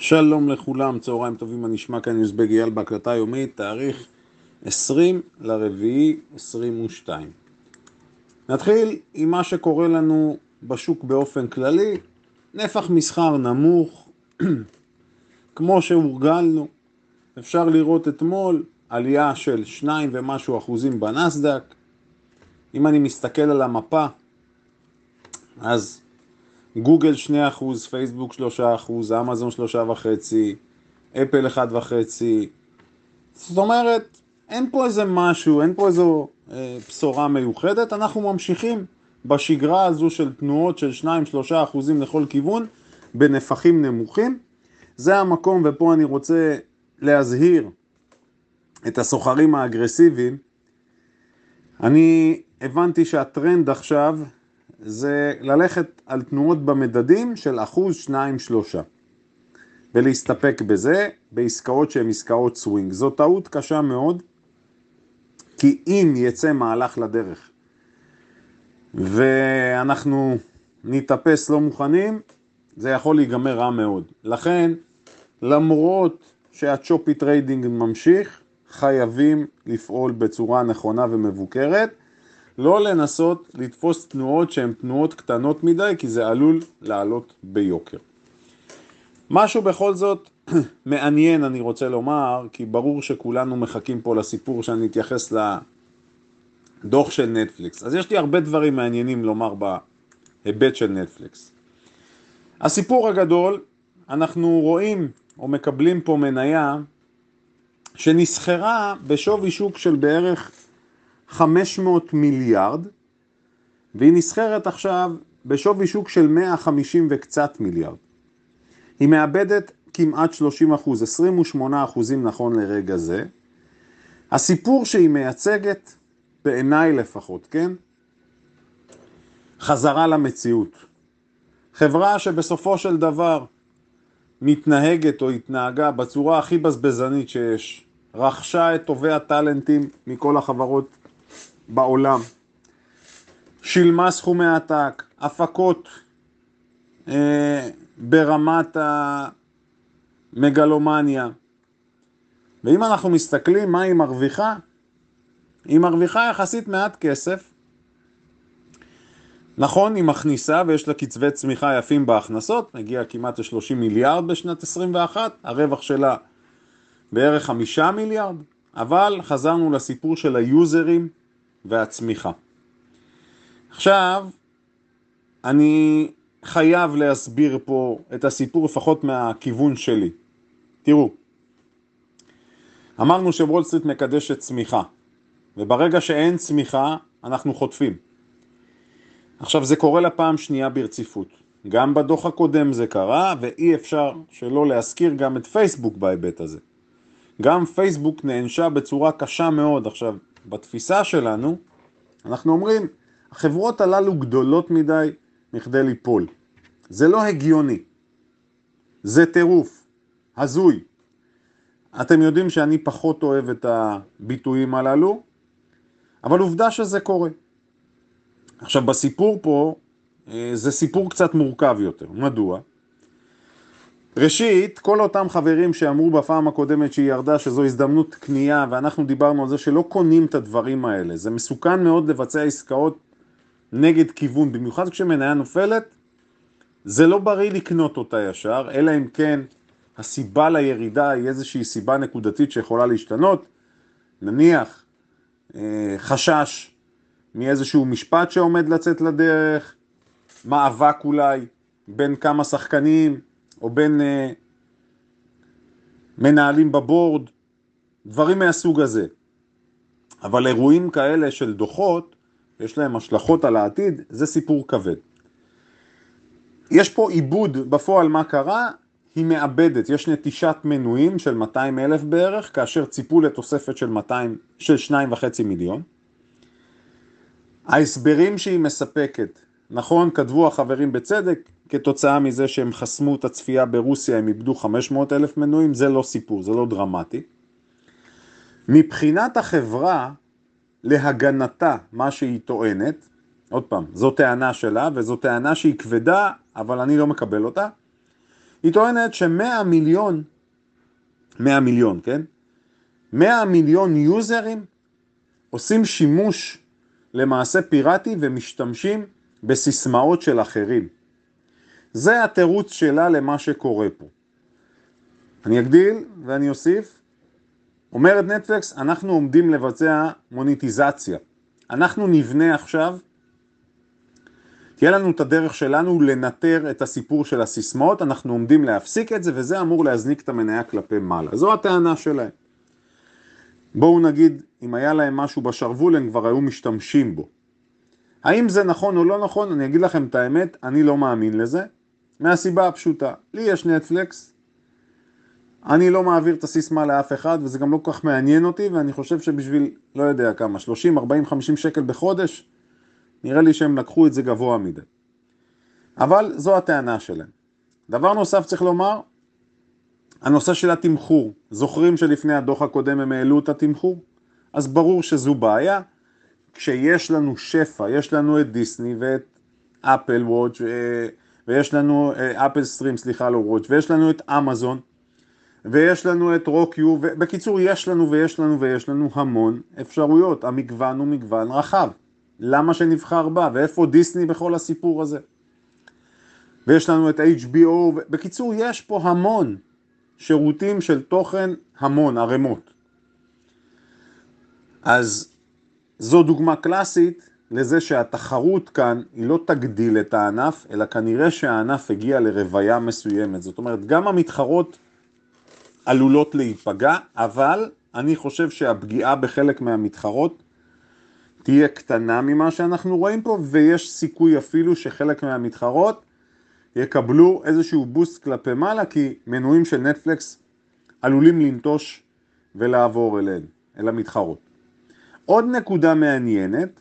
שלום לכולם, צהריים טובים, אני נשמע כאן יוזבג אייל בהקלטה יומית, תאריך 20/4/22. נתחיל עם מה שקורה לנו בשוק באופן כללי. נפח מסחר נמוך, כמו שהורגלנו. אפשר לראות אתמול עלייה של 2 ומשהו אחוזים בנסדק. אם אני מסתכל על המפה, אז גוגל 2%, פייסבוק 3%, אמזון 3.5%, אפל 1.5%. זאת אומרת, אין פה איזה משהו, אין פה איזו בשורה מיוחדת. אנחנו ממשיכים בשגרה הזו של תנועות של 2-3% לכל כיוון, בנפחים נמוכים. זה המקום, ופה אני רוצה להזהיר את הסוחרים האגרסיביים. אני הבנתי שהטרנד עכשיו זה ללכת על תנועות במדדים של 1-2-3, ולהסתפק בזה בעסקאות שהן עסקאות סווינג. זו טעות קשה מאוד, כי אם יצא מהלך לדרך ואנחנו נתאפס לא מוכנים, זה יכול להיגמר רע מאוד. לכן, למרות שהצ'ופי טריידינג ממשיך, חייבים לפעול בצורה נכונה ומבוקרת, לא לנסות לתפוס תנועות שהן תנועות קטנות מדי, כי זה עלול לעלות ביוקר. משהו בכל זאת מעניין אני רוצה לומר, כי ברור שכולנו מחכים פה לסיפור שאני אתייחס לדוח של נטפליקס. אז יש לי הרבה דברים מעניינים לומר בהיבט של נטפליקס. הסיפור הגדול, אנחנו רואים או מקבלים פה מניה שנסחרה בשווי שוק של בערך 500 מיליארד, והיא נסחרת עכשיו בשווי שוק של 150 וקצת מיליארד. היא מאבדת כמעט 30%, 28% נכון לרגע זה. הסיפור שהיא מייצגת, בעיניי לפחות, כן? חזרה למציאות. חברה שבסופו של דבר מתנהגת או התנהגה בצורה הכי בזבזנית שיש, רכשה את טובי הטלנטים מכל החברות בעולם, שילמה סכומי עתק, הפקות ברמת המגלומניה. ואם אנחנו מסתכלים מה היא מרוויחה, היא מרוויחה יחסית מעט כסף. נכון, היא מכניסה ויש לה קצבי צמיחה יפים בהכנסות, מגיע כמעט ל-30 מיליארד בשנת 21, הרווח שלה בערך 5 מיליארד, אבל חזרנו לסיפור של היוזרים והצמיחה. עכשיו, אני חייב להסביר פה את הסיפור לפחות מהכיוון שלי. תראו, אמרנו שוול סטריט מקדשת צמיחה, וברגע שאין צמיחה אנחנו חוטפים. עכשיו זה קורה לפעם שנייה ברציפות. גם בדוח הקודם זה קרה, ואי אפשר שלא להזכיר גם את פייסבוק בהיבט הזה. גם פייסבוק נענשה בצורה קשה מאוד. עכשיו, בתפיסה שלנו, אנחנו אומרים, החברות הללו גדולות מדי מכדי ליפול. זה לא הגיוני. זה טירוף. הזוי. אתם יודעים שאני פחות אוהב את הביטויים הללו, אבל עובדה שזה קורה. עכשיו, בסיפור פה, זה סיפור קצת מורכב יותר. מדוע? ראשית, כל אותם חברים שאמרו בפעם הקודמת שהיא ירדה, שזו הזדמנות קנייה, ואנחנו דיברנו על זה שלא קונים את הדברים האלה. זה מסוכן מאוד לבצע עסקאות נגד כיוון, במיוחד כשמניה נופלת, זה לא בריא לקנות אותה ישר, אלא אם כן הסיבה לירידה היא איזושהי סיבה נקודתית שיכולה להשתנות, נניח חשש מאיזשהו משפט שעומד לצאת לדרך, מאבק אולי בין כמה שחקנים, או בין מנהלים בבורד, דברים מהסוג הזה. אבל אירועים כאלה של דוחות, יש להם השלכות על העתיד, זה סיפור כבד. יש פה עיבוד בפועל מה קרה, היא מאבדת, יש נטישת מנויים של 200,000 בערך, כאשר ציפו לתוספת של 2.5 מיליון. ההסברים שהיא מספקת, נכון, כתבו החברים בצדק, כתוצאה מזה שהם חסמו את הצפייה ברוסיה, הם איבדו 500,000 מנויים, זה לא סיפור, זה לא דרמטי. מבחינת החברה, להגנתה מה שהיא טוענת, עוד פעם, זו טענה שלה, וזו טענה שהיא כבדה, אבל אני לא מקבל אותה. היא טוענת ש100 מיליון, 100 מיליון, כן? 100 מיליון יוזרים עושים שימוש למעשה פיראטי ומשתמשים בסיסמאות של אחרים. זה התירוץ שלה למה שקורה פה. אני אגדיל ואני אוסיף. אומרת נטפליקס, אנחנו עומדים לבצע מוניטיזציה. אנחנו נבנה עכשיו, תהיה לנו את הדרך שלנו לנטר את הסיפור של הסיסמאות, אנחנו עומדים להפסיק את זה, וזה אמור להזניק את המניה כלפי מעלה. זו הטענה שלהם. בואו נגיד, אם היה להם משהו בשרוול, הם כבר היו משתמשים בו. האם זה נכון או לא נכון? אני אגיד לכם את האמת, אני לא מאמין לזה, מהסיבה הפשוטה. לי יש נטפליקס, אני לא מעביר את הסיסמה לאף אחד, וזה גם לא כל כך מעניין אותי, ואני חושב שבשביל, לא יודע כמה, 30, 40, 50 שקל בחודש, נראה לי שהם לקחו את זה גבוה מדי. אבל זו הטענה שלהם. דבר נוסף צריך לומר, הנושא של התמחור. זוכרים שלפני הדוח הקודם הם העלו את התמחור? אז ברור שזו בעיה. כשיש לנו שפע, יש לנו את דיסני ואת אפל וואץ' ויש לנו אפל סטרים, סליחה לא וואץ', ויש לנו את אמזון, ויש לנו את רוקיו, בקיצור יש לנו ויש לנו ויש לנו המון אפשרויות. המגוון הוא מגוון רחב. למה שנבחר בה? ואיפה דיסני בכל הסיפור הזה? ויש לנו את HBO, בקיצור יש פה המון שירותים של תוכן, המון, ערמות. אז זו דוגמה קלאסית לזה שהתחרות כאן היא לא תגדיל את הענף, אלא כנראה שהענף הגיע לרוויה מסוימת. זאת אומרת, גם המתחרות עלולות להיפגע, אבל אני חושב שהפגיעה בחלק מהמתחרות תהיה קטנה ממה שאנחנו רואים פה, ויש סיכוי אפילו שחלק מהמתחרות יקבלו איזשהו בוסט כלפי מעלה, כי מנויים של נטפליקס עלולים לנטוש ולעבור אל המתחרות. עוד נקודה מעניינת,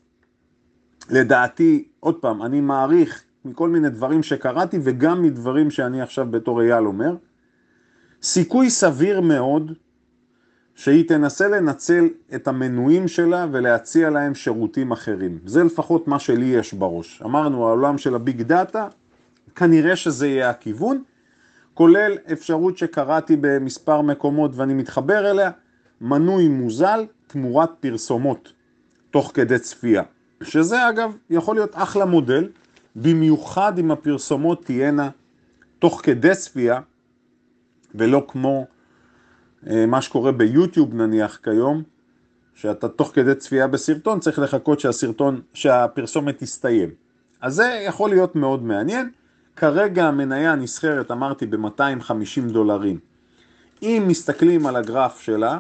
לדעתי, עוד פעם, אני מעריך מכל מיני דברים שקראתי, וגם מדברים שאני עכשיו בתור אייל אומר, סיכוי סביר מאוד שהיא תנסה לנצל את המנויים שלה ולהציע להם שירותים אחרים. זה לפחות מה שלי יש בראש. אמרנו, העולם של הביג דאטה, כנראה שזה יהיה הכיוון, כולל אפשרות שקראתי במספר מקומות ואני מתחבר אליה, מנוי מוזל תמורת פרסומות תוך כדי צפייה. שזה אגב יכול להיות אחלה מודל, במיוחד אם הפרסומות תהיינה תוך כדי צפייה, ולא כמו מה שקורה ביוטיוב נניח כיום, שאתה תוך כדי צפייה בסרטון צריך לחכות שהפרסומת תסתיים. אז זה יכול להיות מאוד מעניין. כרגע המניה נסחרת, אמרתי, ב$250. אם מסתכלים על הגרף שלה,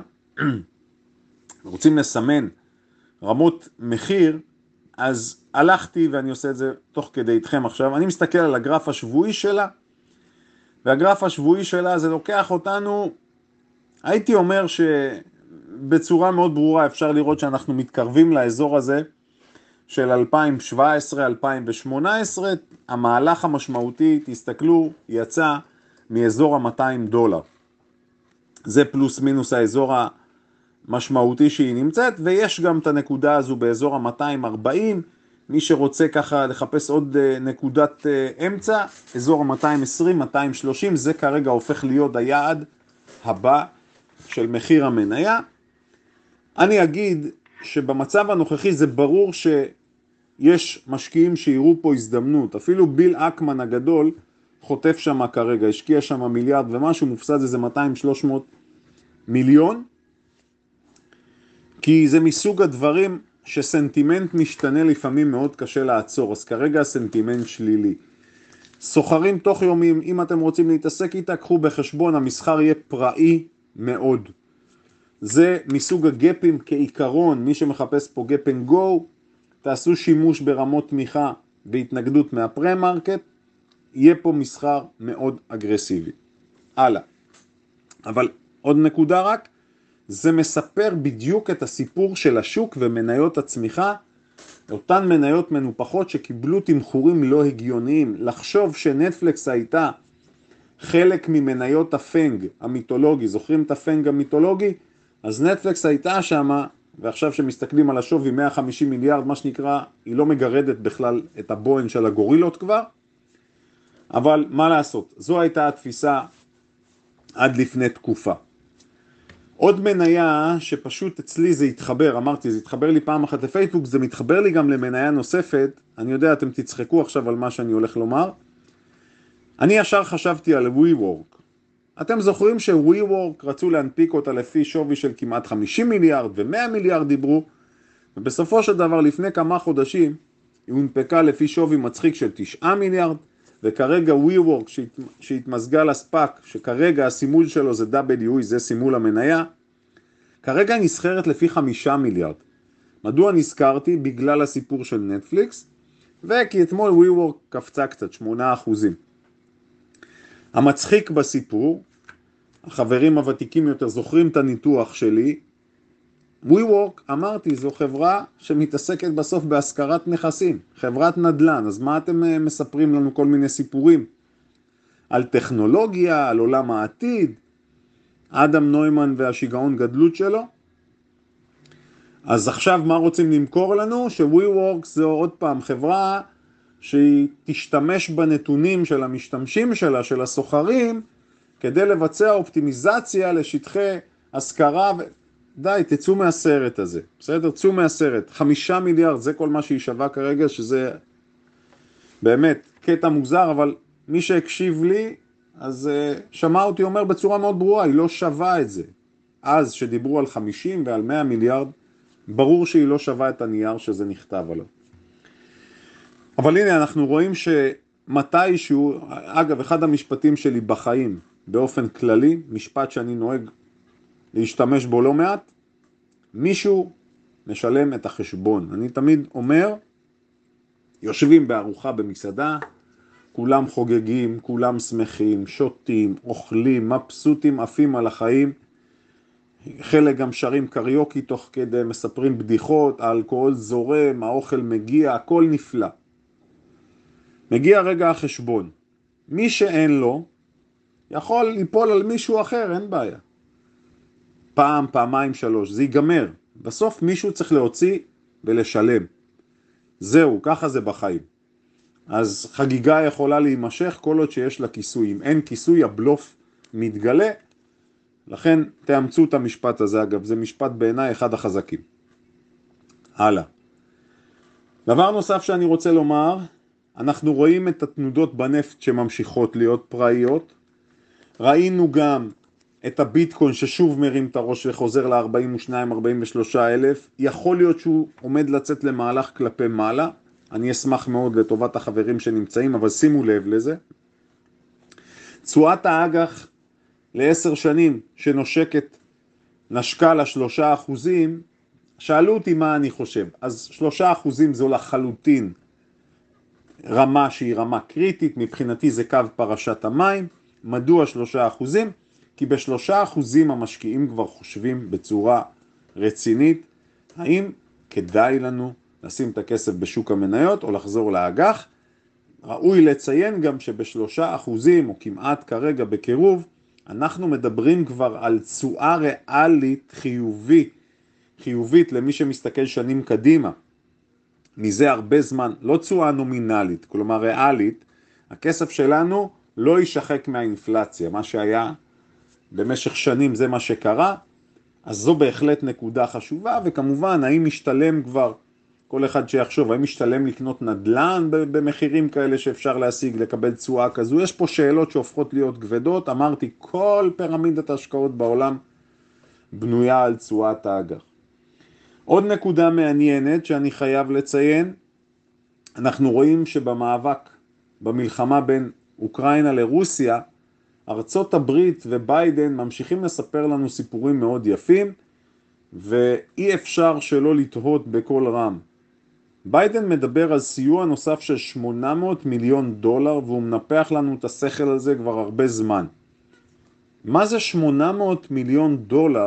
רוצים לסמן רמות מחיר, אז הלכתי ואני עושה את זה תוך כדי איתכם עכשיו. אני מסתכל על הגרף השבועי שלה, והגרף השבועי שלה זה לוקח אותנו, הייתי אומר שבצורה מאוד ברורה אפשר לראות שאנחנו מתקרבים לאזור הזה של 2017-2018, המהלך המשמעותי, תסתכלו, יצא מאזור $200. זה פלוס מינוס האזור המשמעותי שהיא נמצאת, ויש גם את הנקודה הזו באזור ה-240, מי שרוצה ככה לחפש עוד נקודת אמצע, אזור ה-220, 230, זה כרגע הופך להיות היעד הבא של מחיר המניה. אני אגיד שבמצב הנוכחי זה ברור שיש משקיעים שיראו פה הזדמנות, אפילו ביל אקמן הגדול חוטף שם כרגע, השקיע שם מיליארד ומשהו, מופסד איזה 200-300 מיליון, כי זה מסוג הדברים שסנטימנט משתנה לפעמים מאוד קשה לעצור, אז כרגע הסנטימנט שלילי. סוחרים תוך יומיים, אם אתם רוצים להתעסק איתה, קחו בחשבון, המסחר יהיה פראי מאוד. זה מסוג הגפים כעיקרון, מי שמחפש פה גפ אנד גו, תעשו שימוש ברמות תמיכה בהתנגדות מהפרי-מרקט, יהיה פה מסחר מאוד אגרסיבי. הלאה. אבל עוד נקודה רק, זה מספר בדיוק את הסיפור של השוק ומניות הצמיחה, אותן מניות מנופחות שקיבלו תמחורים לא הגיוניים. לחשוב שנטפליקס הייתה חלק ממניות הפנג המיתולוגי, זוכרים את הפנג המיתולוגי? אז נטפליקס הייתה שמה, ועכשיו שמסתכלים על השווי 150 מיליארד, מה שנקרא, היא לא מגרדת בכלל את הבוהן של הגורילות כבר, אבל מה לעשות, זו הייתה התפיסה עד לפני תקופה. עוד מניה שפשוט אצלי זה התחבר, אמרתי, זה התחבר לי פעם אחת לפייסבוק, זה מתחבר לי גם למניה נוספת, אני יודע, אתם תצחקו עכשיו על מה שאני הולך לומר. אני ישר חשבתי על WeWork. אתם זוכרים ש-WeWork רצו להנפיק אותה לפי שווי של כמעט 50 מיליארד ו100 מיליארד דיברו, ובסופו של דבר לפני כמה חודשים היא הונפקה לפי שווי מצחיק של 9 מיליארד, וכרגע WeWork שהתמזגה לספק, שכרגע הסימול שלו זה WE, זה סימול המניה, כרגע נסחרת לפי 5 מיליארד. מדוע נזכרתי? בגלל הסיפור של נטפליקס, וכי אתמול WeWork קפצה קצת 8%. המצחיק בסיפור, החברים הוותיקים יותר זוכרים את הניתוח שלי, WeWork, אמרתי, זו חברה שמתעסקת בסוף בהשכרת נכסים, חברת נדל"ן. אז מה אתם מספרים לנו כל מיני סיפורים? על טכנולוגיה, על עולם העתיד, אדם נוימן והשיגעון גדלות שלו. אז עכשיו מה רוצים למכור לנו? ש-WeWork זו עוד פעם חברה שהיא תשתמש בנתונים של המשתמשים שלה, של הסוחרים, כדי לבצע אופטימיזציה לשטחי השכרה די, תצאו מהסרט הזה, בסדר? צאו מהסרט. 5 מיליארד, זה כל מה שהיא שווה כרגע, שזה באמת קטע מוזר, אבל מי שהקשיב לי, אז שמע אותי אומר בצורה מאוד ברורה, היא לא שווה את זה. אז שדיברו על 50 ועל 100 מיליארד, ברור שהיא לא שווה את הנייר שזה נכתב עליו. אבל הנה, אנחנו רואים שמתישהו, אגב, אחד המשפטים שלי בחיים, באופן כללי, משפט שאני נוהג להשתמש בו לא מעט, מישהו משלם את החשבון. אני תמיד אומר, יושבים בארוחה במסעדה, כולם חוגגים, כולם שמחים, שותים, אוכלים, מבסוטים, עפים על החיים, חלק גם שרים קריוקי תוך כדי, מספרים בדיחות, האלכוהול זורם, האוכל מגיע, הכל נפלא. מגיע רגע החשבון. מי שאין לו, יכול ליפול על מישהו אחר, אין בעיה. פעם, פעמיים, 3, זה ייגמר. בסוף מישהו צריך להוציא ולשלם. זהו, ככה זה בחיים. אז חגיגה יכולה להימשך כל עוד שיש לה כיסוי. אם אין כיסוי, הבלוף מתגלה. לכן תאמצו את המשפט הזה, אגב, זה משפט בעיניי אחד החזקים. הלאה. דבר נוסף שאני רוצה לומר, אנחנו רואים את התנודות בנפט שממשיכות להיות פראיות. ראינו גם את הביטקוין ששוב מרים את הראש וחוזר ל-42-43 אלף. יכול להיות שהוא עומד לצאת למהלך כלפי מעלה. אני אשמח מאוד לטובת החברים שנמצאים, אבל שימו לב לזה. תשואת האג"ח ל10 שנים שנושקת, נשקה ל3%, שאלו אותי מה אני חושב. אז 3% זו לחלוטין רמה שהיא רמה קריטית, מבחינתי זה קו פרשת המים. מדוע 3%? כי ב3% המשקיעים כבר חושבים בצורה רצינית, האם כדאי לנו לשים את הכסף בשוק המניות או לחזור לאג"ח. ראוי לציין גם שב3% או כמעט כרגע בקירוב, אנחנו מדברים כבר על תשואה ריאלית חיובית למי שמסתכל שנים קדימה. מזה הרבה זמן, לא תשואה נומינלית, כלומר ריאלית, הכסף שלנו לא יישחק מהאינפלציה, מה שהיה במשך שנים זה מה שקרה, אז זו בהחלט נקודה חשובה, וכמובן האם משתלם כבר, כל אחד שיחשוב, האם משתלם לקנות נדל"ן במחירים כאלה שאפשר להשיג, לקבל תשואה כזו, יש פה שאלות שהופכות להיות כבדות, אמרתי כל פירמידת ההשקעות בעולם בנויה על תשואת האג"ח. עוד נקודה מעניינת שאני חייב לציין, אנחנו רואים שבמאבק, במלחמה בין אוקראינה לרוסיה, ארצות הברית וביידן ממשיכים לספר לנו סיפורים מאוד יפים, ואי אפשר שלא לתהות בכל רם. ביידן מדבר על סיוע נוסף של $800 מיליון, והוא מנפח לנו את השכל על זה כבר הרבה זמן. מה זה $800 מיליון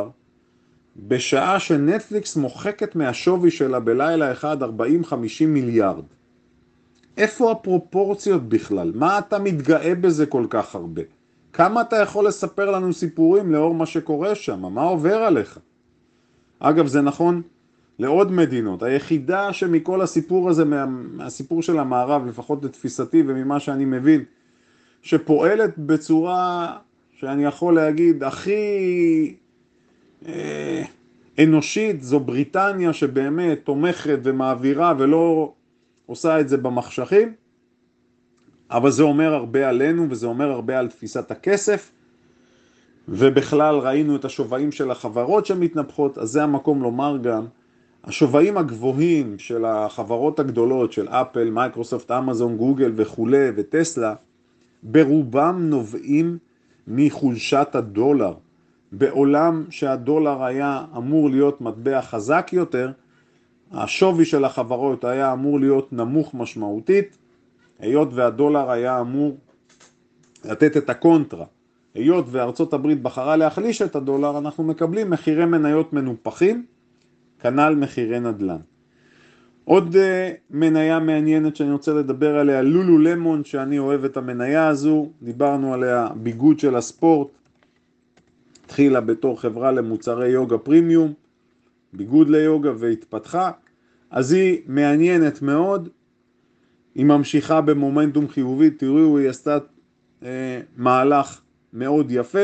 בשעה שנטפליקס מוחקת מהשווי שלה בלילה אחד 40-50 מיליארד? איפה הפרופורציות בכלל? מה אתה מתגאה בזה כל כך הרבה? כמה אתה יכול לספר לנו סיפורים לאור מה שקורה שם? מה עובר עליך? אגב, זה נכון לעוד מדינות. היחידה שמכל הסיפור הזה, מהסיפור של המערב, לפחות לתפיסתי וממה שאני מבין, שפועלת בצורה שאני יכול להגיד הכי אנושית, זו בריטניה שבאמת תומכת ומעבירה ולא עושה את זה במחשכים, אבל זה אומר הרבה עלינו וזה אומר הרבה על תפיסת הכסף, ובכלל ראינו את השווים של החברות שמתנפחות, אז זה המקום לומר גם, השווים הגבוהים של החברות הגדולות של אפל, מייקרוסופט, אמזון, גוגל וכו' וטסלה, ברובם נובעים מחולשת הדולר. בעולם שהדולר היה אמור להיות מטבע חזק יותר, השווי של החברות היה אמור להיות נמוך משמעותית, היות והדולר היה אמור לתת את הקונטרה. היות וארצות הברית בחרה להחליש את הדולר, אנחנו מקבלים מחירי מניות מנופחים, כנ"ל מחירי נדל"ן. עוד מניה מעניינת שאני רוצה לדבר עליה, לולו למון, שאני אוהב את המניה הזו, דיברנו עליה, ביגוד של הספורט, התחילה בתור חברה למוצרי יוגה פרימיום, ביגוד ליוגה והתפתחה, אז היא מעניינת מאוד, היא ממשיכה במומנטום חיובי, תראו, היא עשתה מהלך מאוד יפה,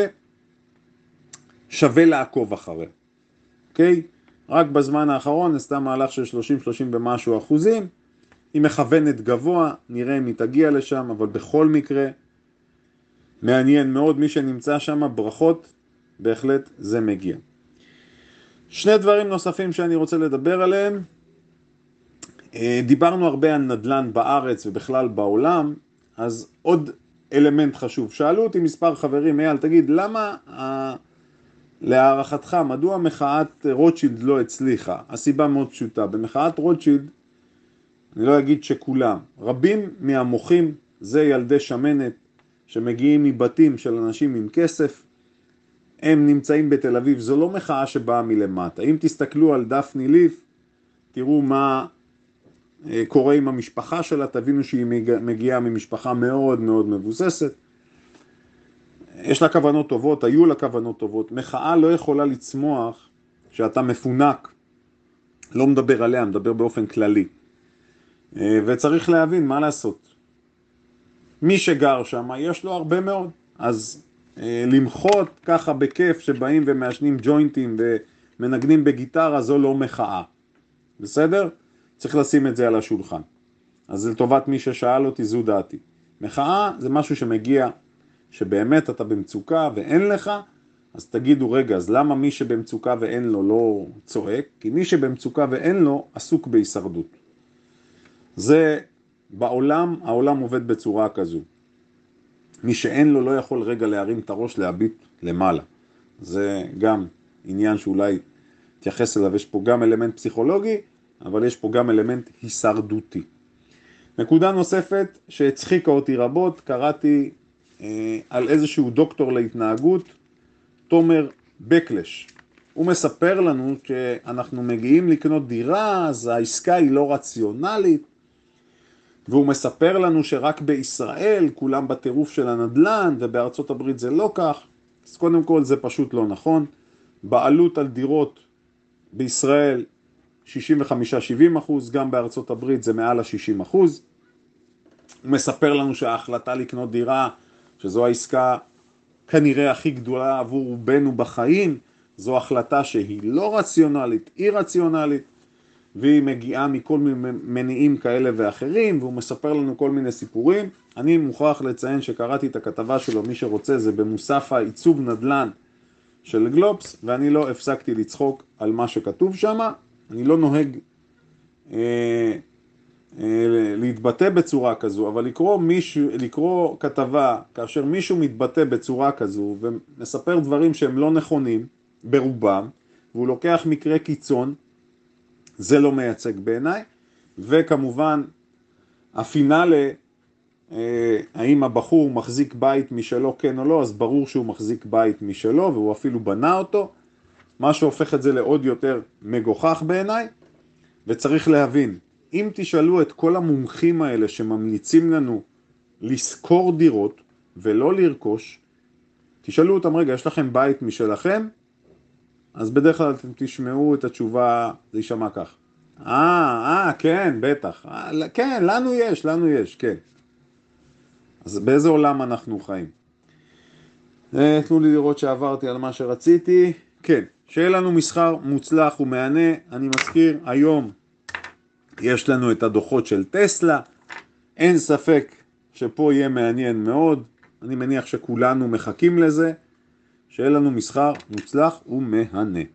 שווה לעקוב אחריה, אוקיי? רק בזמן האחרון עשתה מהלך של 30 ומשהו אחוזים, היא מכוונת גבוה, נראה אם היא תגיע לשם, אבל בכל מקרה, מעניין מאוד, מי שנמצא שם, ברכות, בהחלט זה מגיע. שני דברים נוספים שאני רוצה לדבר עליהם, דיברנו הרבה על נדל"ן בארץ ובכלל בעולם, אז עוד אלמנט חשוב, שאלו אותי מספר חברים, אייל, תגיד, למה להערכתך, מדוע מחאת רוטשילד לא הצליחה? הסיבה מאוד פשוטה, במחאת רוטשילד, אני לא אגיד שכולם, רבים מהמוחים, זה ילדי שמנת שמגיעים מבתים של אנשים עם כסף, הם נמצאים בתל אביב, זו לא מחאה שבאה מלמטה. אם תסתכלו על דפני ליף, תראו מה קורה עם המשפחה שלה, תבינו שהיא מגיעה ממשפחה מאוד מאוד מבוססת. יש לה כוונות טובות, היו לה כוונות טובות. מחאה לא יכולה לצמוח שאתה מפונק. לא מדבר עליה, מדבר באופן כללי. וצריך להבין מה לעשות. מי שגר שם, יש לו הרבה מאוד. אז למחות ככה בכיף שבאים ומאשנים ג'וינטים ומנגנים בגיטרה, זו לא מחאה. בסדר? צריך לשים את זה על השולחן. אז לטובת מי ששאל אותי, זו דעתי. מחאה זה משהו שמגיע, שבאמת אתה במצוקה ואין לך, אז תגידו רגע, אז למה מי שבמצוקה ואין לו לא צועק? כי מי שבמצוקה ואין לו עסוק בהישרדות. זה בעולם, העולם עובד בצורה כזו. מי שאין לו לא יכול רגע להרים את הראש להביט למעלה. זה גם עניין שאולי תייחס אליו, יש פה גם אלמנט פסיכולוגי, אבל יש פה גם אלמנט הישרדותי. נקודה נוספת שהצחיקה אותי רבות, קראתי על איזשהו דוקטור להתנהגות, תומר בקלש. הוא מספר לנו שאנחנו מגיעים לקנות דירה, אז העסקה היא לא רציונלית, והוא מספר לנו שרק בישראל כולם בטירוף של הנדל"ן, ובארצות הברית זה לא כך. אז קודם כל זה פשוט לא נכון. בעלות על דירות בישראל 65-70%, גם בארצות הברית זה מעל ה-60%. הוא מספר לנו שההחלטה לקנות דירה, שזו העסקה כנראה הכי גדולה עבור רובנו בחיים, זו החלטה שהיא לא רציונלית, היא רציונלית, והיא מגיעה מכל מיני מניעים כאלה ואחרים, והוא מספר לנו כל מיני סיפורים. אני מוכרח לציין שקראתי את הכתבה שלו, מי שרוצה, זה במוסף העיצוב נדל"ן של גלובס, ואני לא הפסקתי לצחוק על מה שכתוב שם. אני לא נוהג להתבטא בצורה כזו, אבל לקרוא כתבה כאשר מישהו מתבטא בצורה כזו ומספר דברים שהם לא נכונים ברובם, והוא לוקח מקרה קיצון, זה לא מייצג בעיניי. וכמובן הפינאלה, האם הבחור מחזיק בית משלו כן או לא, אז ברור שהוא מחזיק בית משלו והוא אפילו בנה אותו, מה שהופך את זה לעוד יותר מגוחך בעיניי. וצריך להבין, אם תשאלו את כל המומחים האלה שממליצים לנו לשכור דירות ולא לרכוש, תשאלו אותם, רגע, יש לכם בית משלכם? אז בדרך כלל אתם תשמעו את התשובה, זה יישמע כך. כן, בטח. כן, לנו יש, כן. אז באיזה עולם אנחנו חיים? תנו לי לראות שעברתי על מה שרציתי. כן, שיהיה לנו מסחר מוצלח ומענה. אני מזכיר, היום יש לנו את הדוחות של טסלה. אין ספק שפה יהיה מעניין מאוד. אני מניח שכולנו מחכים לזה. שיהיה לנו מסחר מוצלח ומהנה.